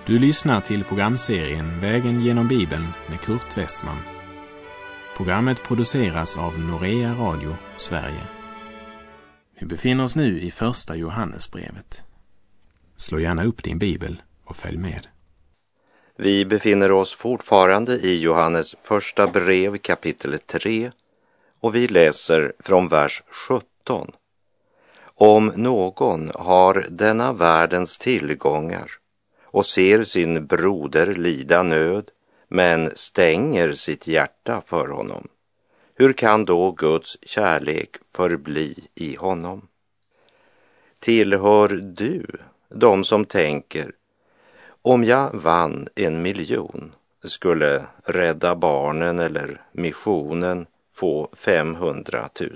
Du lyssnar till programserien Vägen genom Bibeln med Kurt Westman. Programmet produceras av Norea Radio, Sverige. Vi befinner oss nu i första Johannesbrevet. Slå gärna upp din bibel och följ med. Vi befinner oss fortfarande i Johannes första brev kapitel 3 och vi läser från vers 17. Om någon har denna världens tillgångar och ser sin broder lida nöd men stänger sitt hjärta för honom, hur kan då Guds kärlek förbli i honom? Tillhör du de som tänker, om jag vann 1 miljon skulle Rädda Barnen eller missionen få 500 000?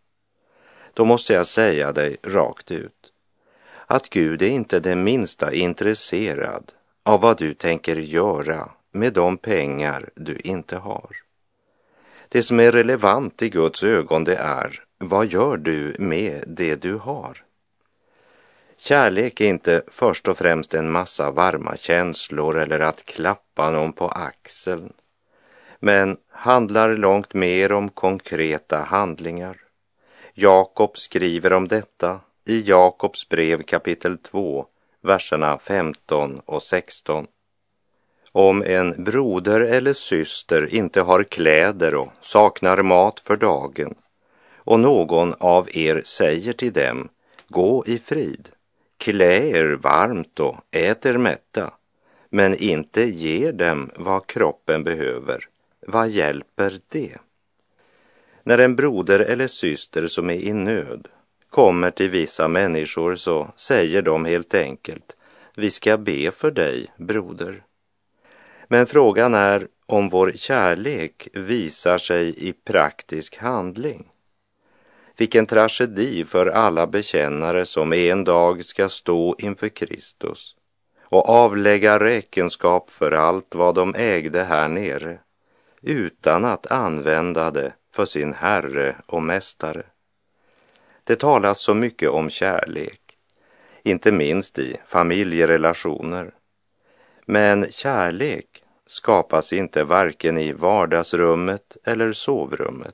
Då måste jag säga dig rakt ut att Gud är inte det minsta intresserad av vad du tänker göra med de pengar du inte har. Det som är relevant i Guds ögon, det är, vad gör du med det du har? Kärlek är inte först och främst en massa varma känslor eller att klappa någon på axeln, men handlar långt mer om konkreta handlingar. Jakob skriver om detta i Jakobs brev kapitel 2, verserna 15 och 16. Om en broder eller syster inte har kläder och saknar mat för dagen, och någon av er säger till dem, gå i frid, klä er varmt och ät er mätta, men inte ger dem vad kroppen behöver, vad hjälper det? När en broder eller syster som är i nöd kommer till vissa människor så säger de helt enkelt, vi ska be för dig, broder. Men frågan är om vår kärlek visar sig i praktisk handling. Vilken tragedi för alla bekännare som en dag ska stå inför Kristus och avlägga räkenskap för allt vad de ägde här nere, utan att använda det för sin Herre och Mästare. Det talas så mycket om kärlek, inte minst i familjerelationer. Men kärlek skapas inte varken i vardagsrummet eller sovrummet.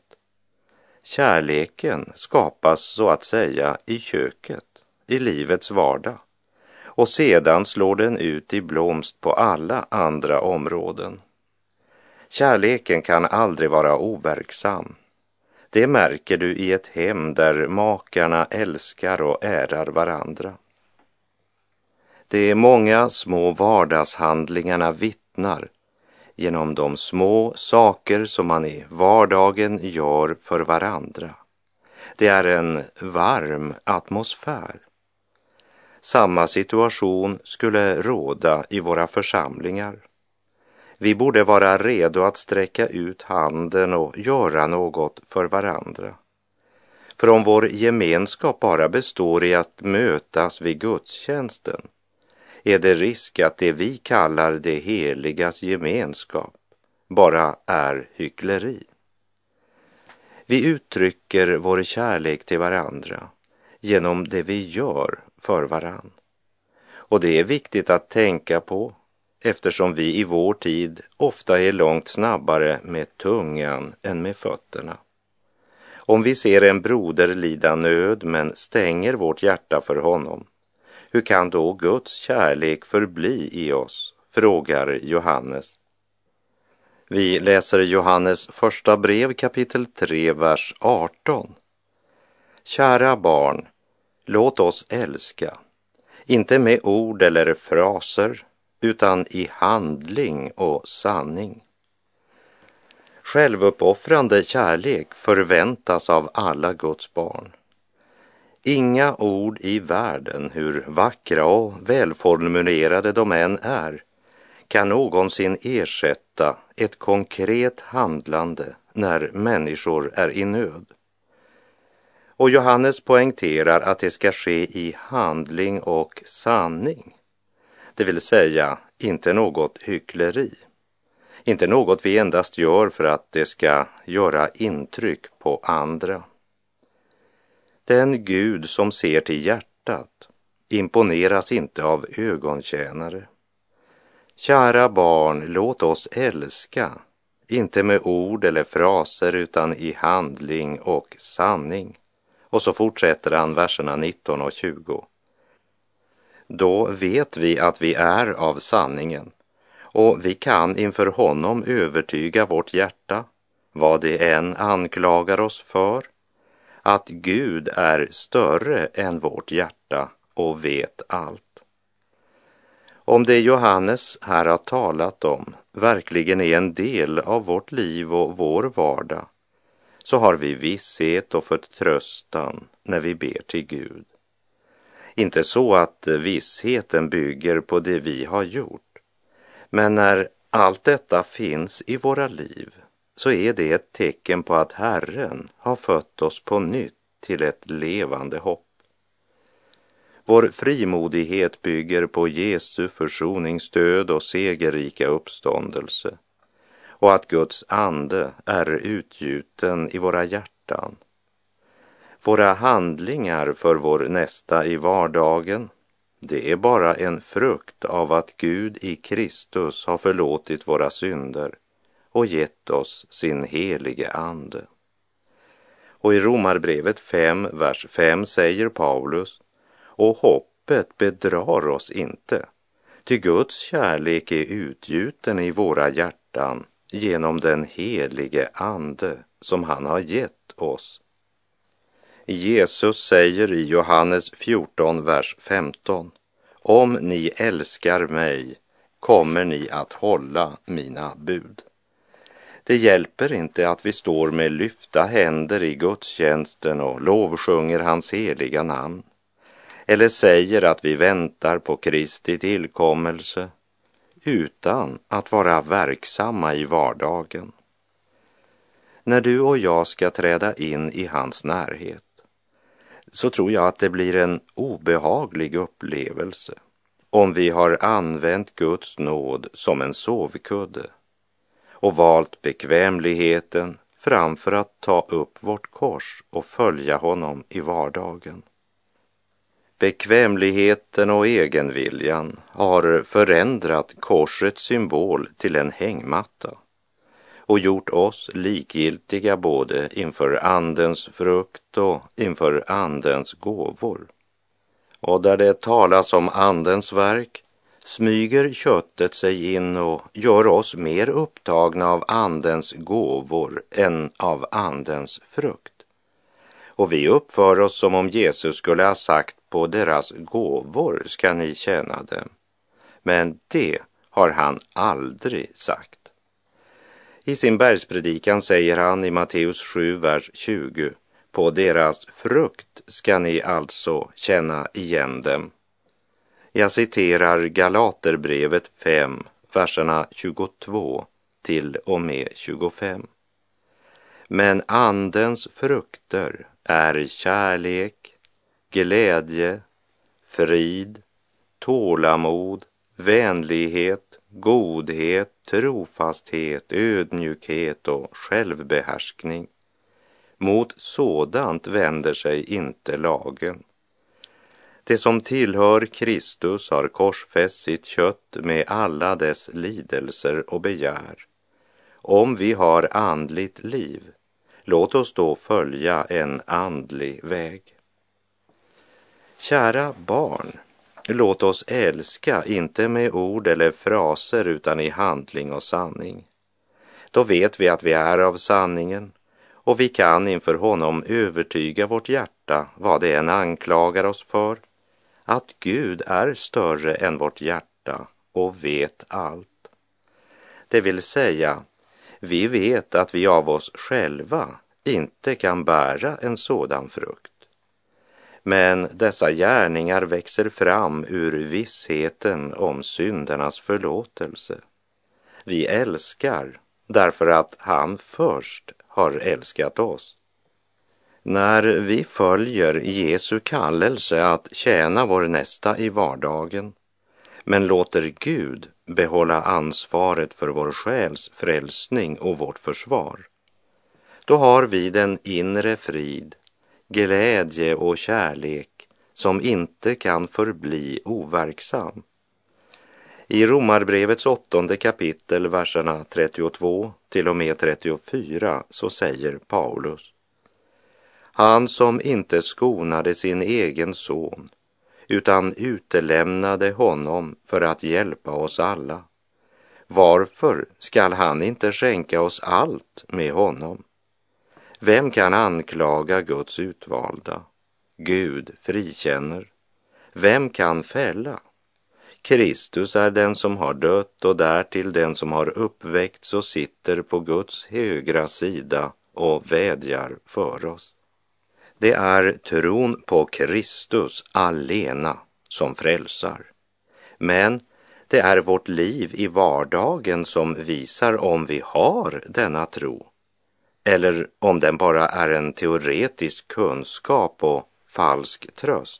Kärleken skapas så att säga i köket, i livets vardag. Och sedan slår den ut i blomst på alla andra områden. Kärleken kan aldrig vara overksam. Det märker du i ett hem där makarna älskar och ärar varandra. De många små vardagshandlingarna vittnar genom de små saker som man i vardagen gör för varandra. Det är en varm atmosfär. Samma situation skulle råda i våra församlingar. Vi borde vara redo att sträcka ut handen och göra något för varandra. För om vår gemenskap bara består i att mötas vid gudstjänsten, är det risk att det vi kallar det heligas gemenskap bara är hyckleri. Vi uttrycker vår kärlek till varandra genom det vi gör för varann. Och det är viktigt att tänka på, eftersom vi i vår tid ofta är långt snabbare med tungan än med fötterna. Om vi ser en broder lida nöd men stänger vårt hjärta för honom, hur kan då Guds kärlek förbli i oss? Frågar Johannes. Vi läser Johannes första brev kapitel 3, vers 18. Kära barn, låt oss älska, inte med ord eller fraser, utan i handling och sanning. Självuppoffrande kärlek förväntas av alla Guds barn. Inga ord i världen, hur vackra och välformulerade de än är, kan någonsin ersätta ett konkret handlande när människor är i nöd. Och Johannes poängterar att det ska ske i handling och sanning. Det vill säga inte något hyckleri. Inte något vi endast gör för att det ska göra intryck på andra. Den Gud som ser till hjärtat imponeras inte av ögontjänare. Kära barn, låt oss älska, inte med ord eller fraser utan i handling och sanning. Och så fortsätter han verserna 19 och 20. Då vet vi att vi är av sanningen, och vi kan inför honom övertyga vårt hjärta, vad det än anklagar oss för, att Gud är större än vårt hjärta och vet allt. Om det Johannes här har talat om verkligen är en del av vårt liv och vår vardag, så har vi visshet och förtröstan när vi ber till Gud. Inte så att vissheten bygger på det vi har gjort, men när allt detta finns i våra liv så är det ett tecken på att Herren har fött oss på nytt till ett levande hopp. Vår frimodighet bygger på Jesu försoningsdöd och segerrika uppståndelse, och att Guds ande är utgjuten i våra hjärtan. Våra handlingar för vår nästa i vardagen, det är bara en frukt av att Gud i Kristus har förlåtit våra synder och gett oss sin helige ande. Och i Romarbrevet 5, vers 5 säger Paulus: och hoppet bedrar oss inte, ty Guds kärlek är utgjuten i våra hjärtan genom den helige ande som han har gett oss. Jesus säger i Johannes 14, vers 15: om ni älskar mig kommer ni att hålla mina bud. Det hjälper inte att vi står med lyfta händer i gudstjänsten och lovsjunger hans heliga namn, eller säger att vi väntar på Kristi tillkommelse, utan att vara verksamma i vardagen. När du och jag ska träda in i hans närhet, så tror jag att det blir en obehaglig upplevelse om vi har använt Guds nåd som en sovkudde och valt bekvämligheten framför att ta upp vårt kors och följa honom i vardagen. Bekvämligheten och egenviljan har förändrat korsets symbol till en hängmatta och gjort oss likgiltiga både inför andens frukt och inför andens gåvor. Och där det talas om andens verk smyger köttet sig in och gör oss mer upptagna av andens gåvor än av andens frukt. Och vi uppför oss som om Jesus skulle ha sagt: på deras gåvor ska ni tjäna dem. Men det har han aldrig sagt. I sin bergspredikan säger han i Matteus 7, vers 20: på deras frukt ska ni alltså känna igen dem. Jag citerar Galaterbrevet 5, verserna 22 till och med 25. Men andens frukter är kärlek, glädje, frid, tålamod, vänlighet, godhet, trofasthet, ödmjukhet och självbehärskning. Mot sådant vänder sig inte lagen. Det som tillhör Kristus har korsfäst sitt kött med alla dess lidelser och begär. Om vi har andligt liv, låt oss då följa en andlig väg. Kära barn, låt oss älska, inte med ord eller fraser utan i handling och sanning. Då vet vi att vi är av sanningen, och vi kan inför honom övertyga vårt hjärta, vad det än anklagar oss för, att Gud är större än vårt hjärta och vet allt. Det vill säga, vi vet att vi av oss själva inte kan bära en sådan frukt. Men dessa gärningar växer fram ur vissheten om syndernas förlåtelse. Vi älskar därför att han först har älskat oss. När vi följer Jesu kallelse att tjäna vår nästa i vardagen, men låter Gud behålla ansvaret för vår själs frälsning och vårt försvar, då har vi den inre frid, glädje och kärlek som inte kan förbli overksam. I Romarbrevets 8:e kapitel, verserna 32 till och med 34, så säger Paulus: Han som inte skonade sin egen son, utan utelämnade honom för att hjälpa oss alla. Varför skall han inte skänka oss allt med honom? Vem kan anklaga Guds utvalda? Gud frikänner. Vem kan fälla? Kristus är den som har dött och därtill den som har uppväckts och sitter på Guds högra sida och vädjar för oss. Det är tron på Kristus allena som frälsar. Men det är vårt liv i vardagen som visar om vi har denna tro, eller om den bara är en teoretisk kunskap och falsk tröst.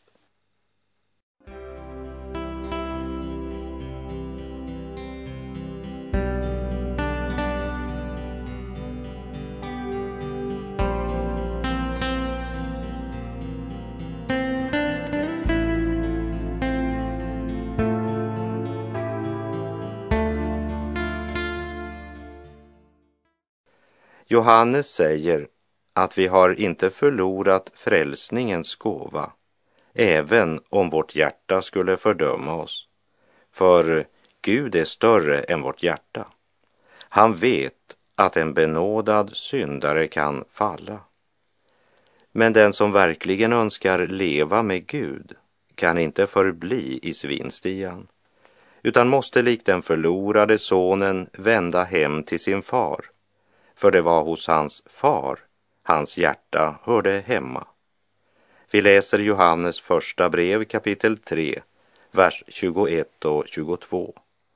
Johannes säger att vi har inte förlorat frälsningens gåva, även om vårt hjärta skulle fördöma oss. För Gud är större än vårt hjärta. Han vet att en benådad syndare kan falla. Men den som verkligen önskar leva med Gud kan inte förbli i svinstian, utan måste likt den förlorade sonen vända hem till sin far. För det var hos hans far hans hjärta hörde hemma. Vi läser Johannes första brev kapitel 3, vers 21 och 22.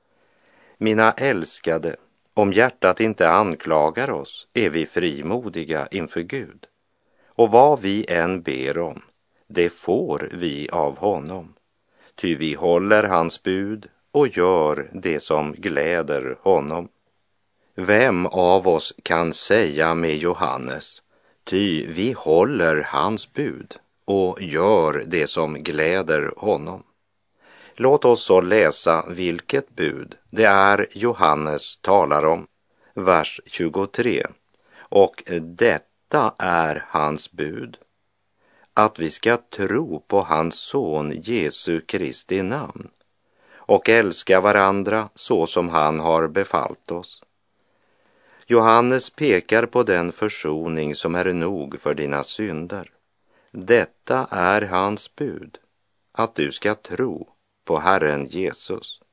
Mina älskade, om hjärtat inte anklagar oss är vi frimodiga inför Gud. Och vad vi än ber om, det får vi av honom. Ty vi håller hans bud och gör det som gläder honom. Vem av oss kan säga med Johannes, ty vi håller hans bud och gör det som gläder honom? Låt oss så läsa vilket bud det är Johannes talar om. Vers 23. Och detta är hans bud, att vi ska tro på hans son Jesu Kristi namn och älska varandra så som han har befallt oss. Johannes pekar på den försoning som är nog för dina synder. Detta är hans bud, att du ska tro på Herren Jesus.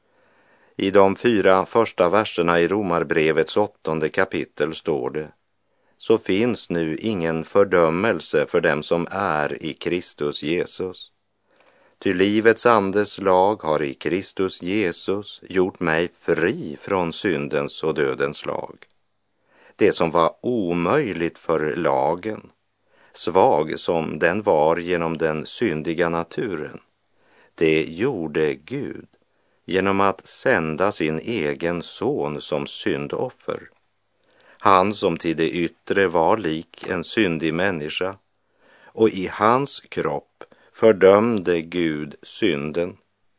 I de 4 första verserna i Romarbrevets 8:e kapitel står det: Så finns nu ingen fördömelse för dem som är i Kristus Jesus. Ty livets andes lag har i Kristus Jesus gjort mig fri från syndens och dödens lag. Det som var omöjligt för lagen, svag som den var genom den syndiga naturen, det gjorde Gud genom att sända sin egen son som syndoffer. Han som till det yttre var lik en syndig människa, och i hans kropp fördömde Gud synden.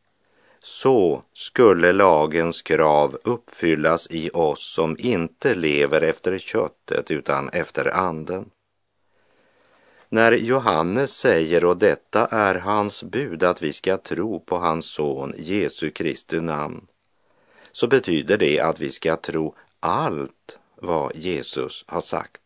Så skulle lagens krav uppfyllas i oss som inte lever efter köttet utan efter anden. När Johannes säger, och detta är hans bud, att vi ska tro på hans son Jesu Kristi namn, så betyder det att vi ska tro allt vad Jesus har sagt.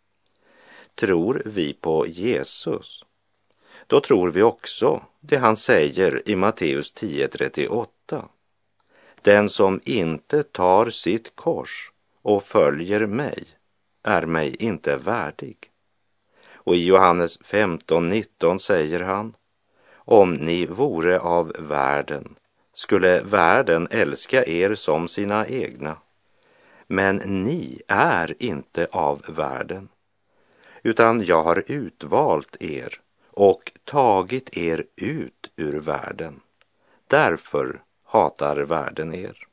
Tror vi på Jesus, då tror vi också det han säger i Matteus 10:38. Den som inte tar sitt kors och följer mig är mig inte värdig. Och i Johannes 15:19 säger han: Om ni vore av världen skulle världen älska er som sina egna. Men ni är inte av världen, utan jag har utvalt er och tagit er ut ur världen. Därför hatar världen er.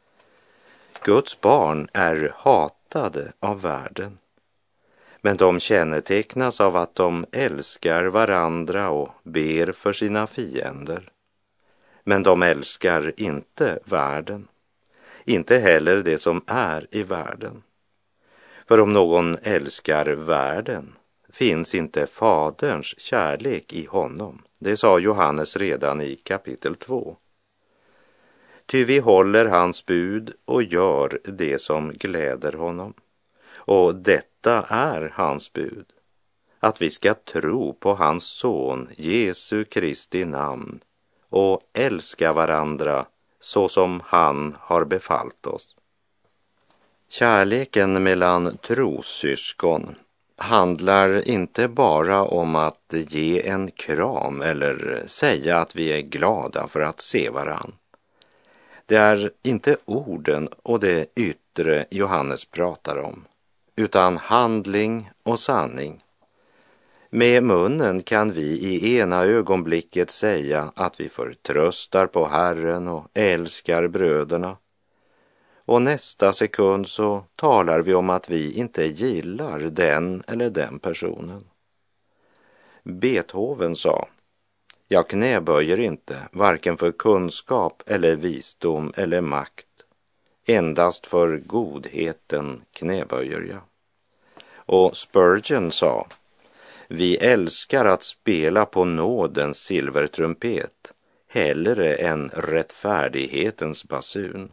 Guds barn är hatade av världen, men de kännetecknas av att de älskar varandra och ber för sina fiender. men de älskar inte världen, inte heller det som är i världen. För om någon älskar världen finns inte Faderns kärlek i honom. Det sa Johannes redan i kapitel 2. Ty vi håller hans bud och gör det som gläder honom. Och detta är hans bud, att vi ska tro på hans son Jesu Kristi namn och älska varandra så som han har befallt oss. Kärleken mellan trossyskon handlar inte bara om att ge en kram eller säga att vi är glada för att se varann. Det är inte orden och det yttre Johannes pratar om, utan handling och sanning. Med munnen kan vi i ena ögonblicket säga att vi förtröstar på Herren och älskar bröderna. Och nästa sekund så talar vi om att vi inte gillar den eller den personen. Beethoven sa: jag knäböjer inte, varken för kunskap eller visdom eller makt. Endast för godheten knäböjer jag. Och Spurgeon sa: vi älskar att spela på nådens silvertrumpet, hellre än rättfärdighetens basun.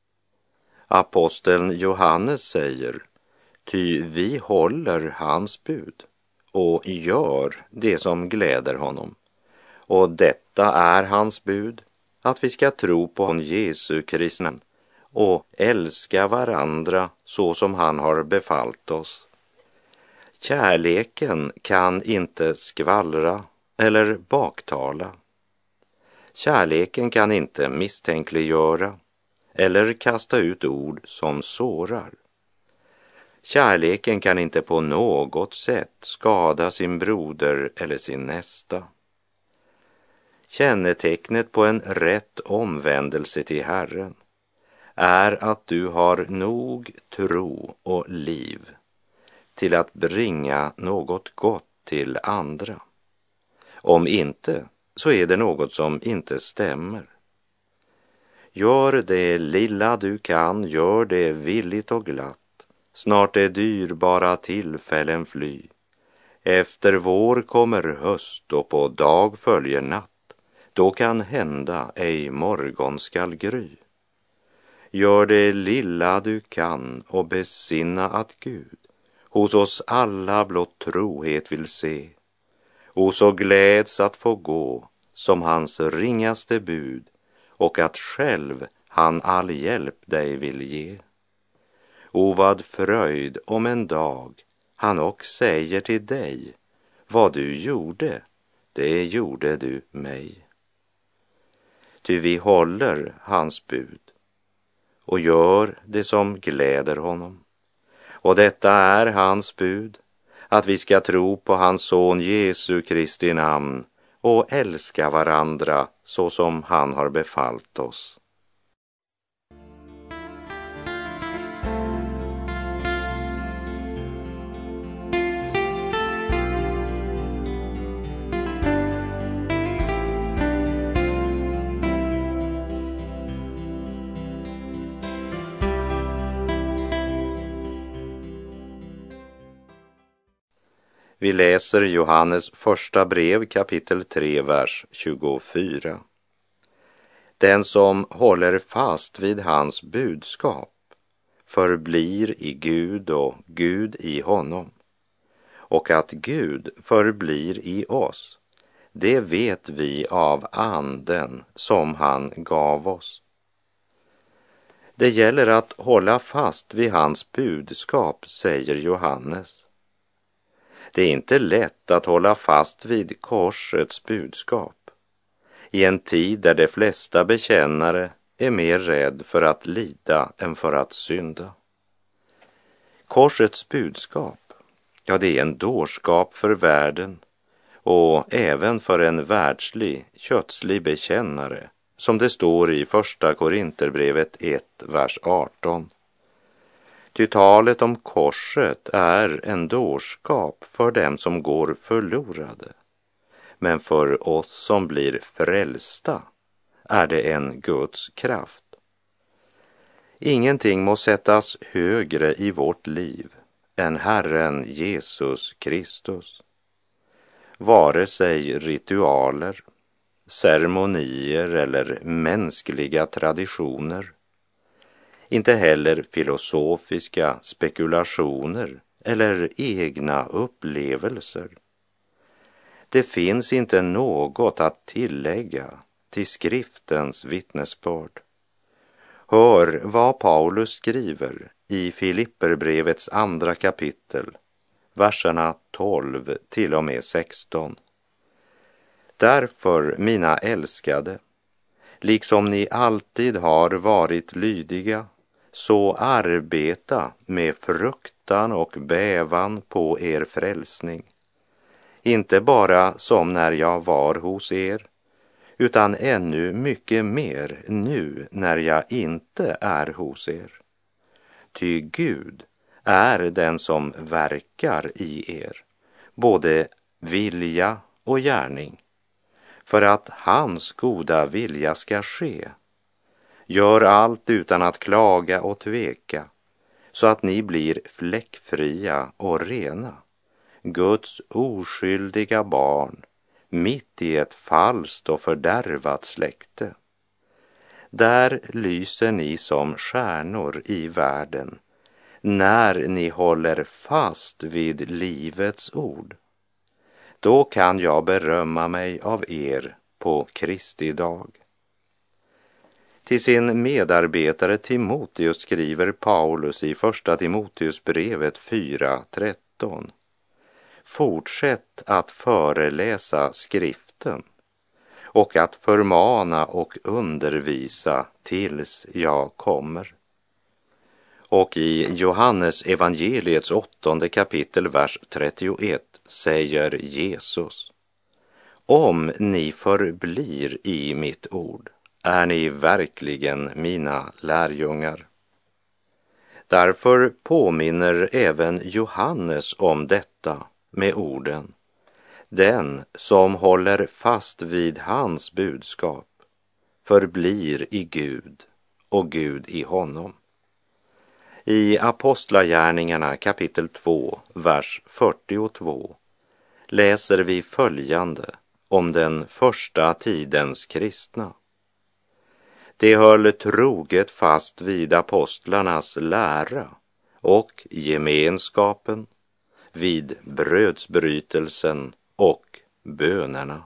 Aposteln Johannes säger: ty vi håller hans bud och gör det som gläder honom. Och detta är hans bud, att vi ska tro på Jesu Kristi namn och älska varandra så som han har befallt oss. Kärleken kan inte skvallra eller baktala. Kärleken kan inte misstänkliggöra eller kasta ut ord som sårar. Kärleken kan inte på något sätt skada sin broder eller sin nästa. Kännetecknet på en rätt omvändelse till Herren är att du har nog tro och liv till att bringa något gott till andra. Om inte, så är det något som inte stämmer. Gör det lilla du kan, gör det villigt och glatt. Snart det dyrbara tillfällen fly. Efter vår kommer höst och på dag följer natt. Då kan hända ej morgon skall gry. Gör det lilla du kan och besinna att Gud hos oss alla blott trohet vill se. Och så gläds att få gå som hans ringaste bud och att själv han all hjälp dig vill ge. O vad fröjd om en dag han och säger till dig: vad du gjorde, det gjorde du mig. Ty vi håller hans bud och gör det som gläder honom. Och detta är hans bud, att vi ska tro på hans son Jesu Kristi namn och älska varandra så som han har befallt oss. Vi läser Johannes första brev kapitel 3, vers 24. Den som håller fast vid hans budskap förblir i Gud och Gud i honom. Och att Gud förblir i oss, det vet vi av anden som han gav oss. Det gäller att hålla fast vid hans budskap, säger Johannes. Det är inte lätt att hålla fast vid korsets budskap i en tid där de flesta bekännare är mer rädd för att lida än för att synda. Korsets budskap, ja, det är en dårskap för världen och även för en världslig, kötslig bekännare, som det står i första Korinterbrevet 1, vers 18. Ty talet om korset är en dårskap för dem som går förlorade. Men för oss som blir frälsta är det en Guds kraft. Ingenting må sättas högre i vårt liv än Herren Jesus Kristus. Vare sig ritualer, ceremonier eller mänskliga traditioner, inte heller filosofiska spekulationer eller egna upplevelser. Det finns inte något att tillägga till skriftens vittnesbörd. Hör vad Paulus skriver i Filipperbrevets 2 kapitel, verserna 12 till och med 16. Därför, mina älskade, liksom ni alltid har varit lydiga, så arbeta med fruktan och bävan på er frälsning. Inte bara som när jag var hos er, utan ännu mycket mer nu när jag inte är hos er. Ty Gud är den som verkar i er, både vilja och gärning, för att hans goda vilja ska ske. Gör allt utan att klaga och tveka, så att ni blir fläckfria och rena, Guds oskyldiga barn, mitt i ett falskt och fördärvat släkte. Där lyser ni som stjärnor i världen, när ni håller fast vid livets ord. Då kan jag berömma mig av er på Kristi dag. Till sin medarbetare Timoteus skriver Paulus i 1 Timoteusbrevet 4:13. Fortsätt att föreläsa skriften och att förmana och undervisa tills jag kommer. Och i Johannes evangeliets 8 kapitel, vers 31 säger Jesus: om ni förblir i mitt ord är ni verkligen mina lärjungar. Därför påminner även Johannes om detta med orden: den som håller fast vid hans budskap förblir i Gud och Gud i honom. I Apostlagärningarna kapitel 2, vers 42 läser vi följande om den första tidens kristna. De höll troget fast vid apostlarnas lära och gemenskapen, vid brödsbrytelsen och bönerna.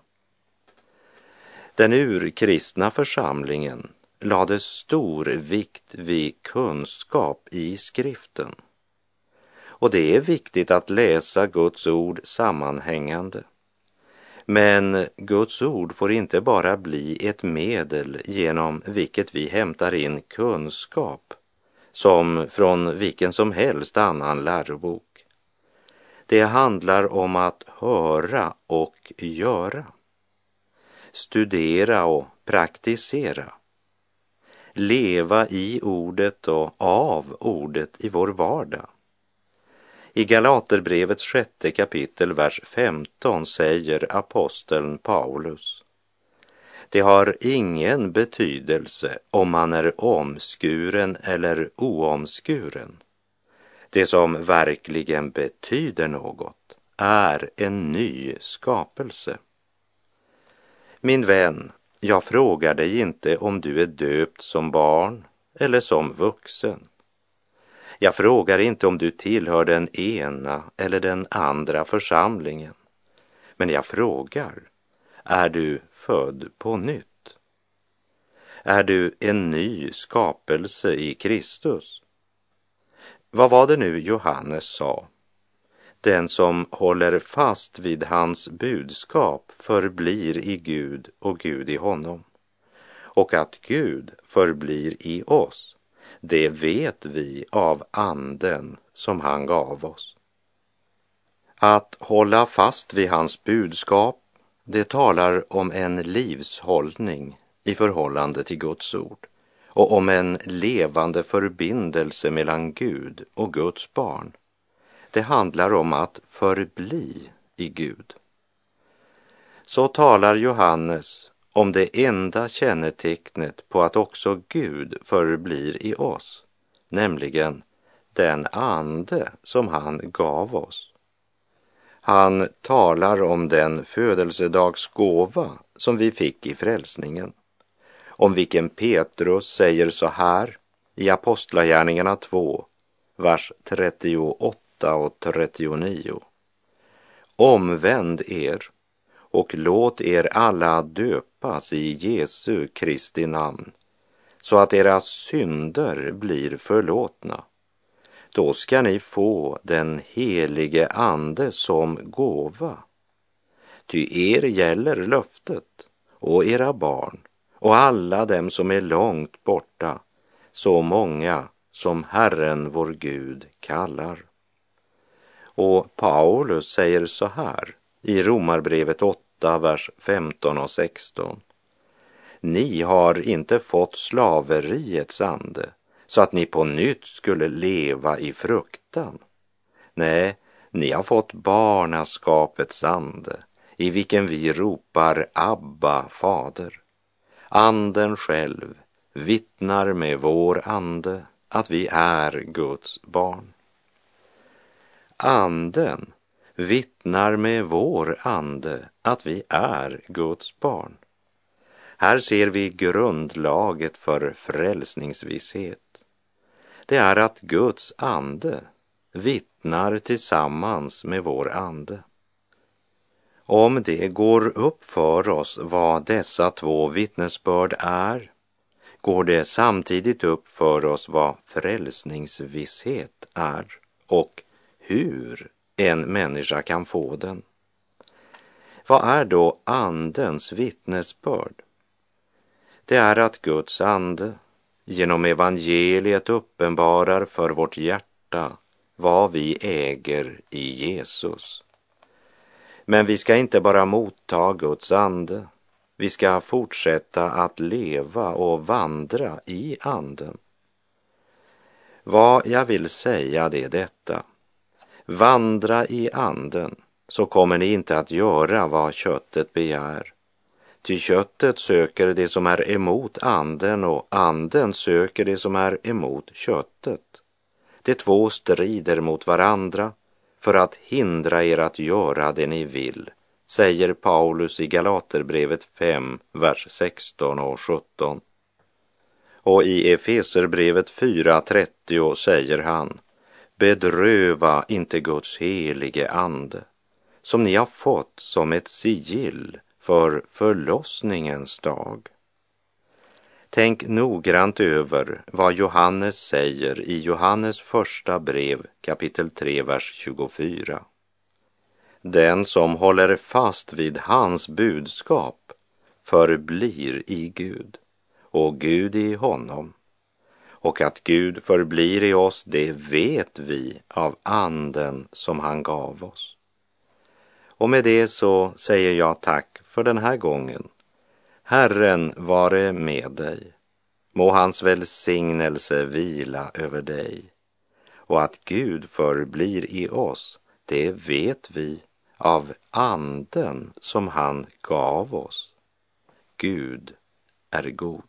Den urkristna församlingen lade stor vikt vid kunskap i skriften. Och det är viktigt att läsa Guds ord sammanhängande. Men Guds ord får inte bara bli ett medel genom vilket vi hämtar in kunskap, som från vilken som helst annan lärobok. Det handlar om att höra och göra, studera och praktisera, leva i ordet och av ordet i vår vardag. I Galaterbrevets 6 kapitel, vers 15 säger aposteln Paulus: det har ingen betydelse om man är omskuren eller oomskuren. Det som verkligen betyder något är en ny skapelse. Min vän, jag frågar dig inte om du är döpt som barn eller som vuxen. Jag frågar inte om du tillhör den ena eller den andra församlingen. Men jag frågar, är du född på nytt? Är du en ny skapelse i Kristus? Vad var det nu Johannes sa? Den som håller fast vid hans budskap förblir i Gud och Gud i honom. Och att Gud förblir i oss, det vet vi av anden som han gav oss. Att hålla fast vid hans budskap, det talar om en livshållning i förhållande till Guds ord och om en levande förbindelse mellan Gud och Guds barn. Det handlar om att förbli i Gud. Så talar Johannes om det enda kännetecknet på att också Gud förblir i oss, nämligen den ande som han gav oss. Han talar om den födelsedagsgåva som vi fick i frälsningen, om vilken Petrus säger så här i Apostlagärningarna 2, vers 38 och 39. Omvänd er och låt er alla döpas i Jesu Kristi namn, så att era synder blir förlåtna. Då ska ni få den helige ande som gåva. Ty er gäller löftet och era barn och alla dem som är långt borta, så många som Herren vår Gud kallar. Och Paulus säger så här i Romarbrevet 8, vers 15 och 16. Ni har inte fått slaveriets ande, så att ni på nytt skulle leva i fruktan. Nej, ni har fått barnaskapets ande, i vilken vi ropar Abba, Fader. Anden själv vittnar med vår ande att vi är Guds barn. Anden vittnar med vår ande att vi är Guds barn. Här ser vi grundlaget för frälsningsvisshet. Det är att Guds ande vittnar tillsammans med vår ande. Om det går upp för oss vad dessa två vittnesbörd är, går det samtidigt upp för oss vad frälsningsvisshet är och hur en människa kan få den. Vad är då andens vittnesbörd? Det är att Guds ande genom evangeliet uppenbarar för vårt hjärta vad vi äger i Jesus. Men vi ska inte bara motta Guds ande, vi ska fortsätta att leva och vandra i anden. Vad jag vill säga det är detta: vandra i anden, så kommer ni inte att göra vad köttet begär. Ty köttet söker det som är emot anden och anden söker det som är emot köttet. De två strider mot varandra för att hindra er att göra det ni vill, säger Paulus i Galaterbrevet 5, vers 16 och 17. Och i Efeserbrevet 4:30 säger han: bedröva inte Guds helige ande, som ni har fått som ett sigill för förlossningens dag. Tänk noggrant över vad Johannes säger i Johannes första brev, kapitel 3, vers 24. Den som håller fast vid hans budskap förblir i Gud, och Gud i honom. Och att Gud förblir i oss, det vet vi av anden som han gav oss. Och med det så säger jag tack för den här gången. Herren vare med dig. Må hans välsignelse vila över dig. Och att Gud förblir i oss, det vet vi av anden som han gav oss. Gud är god.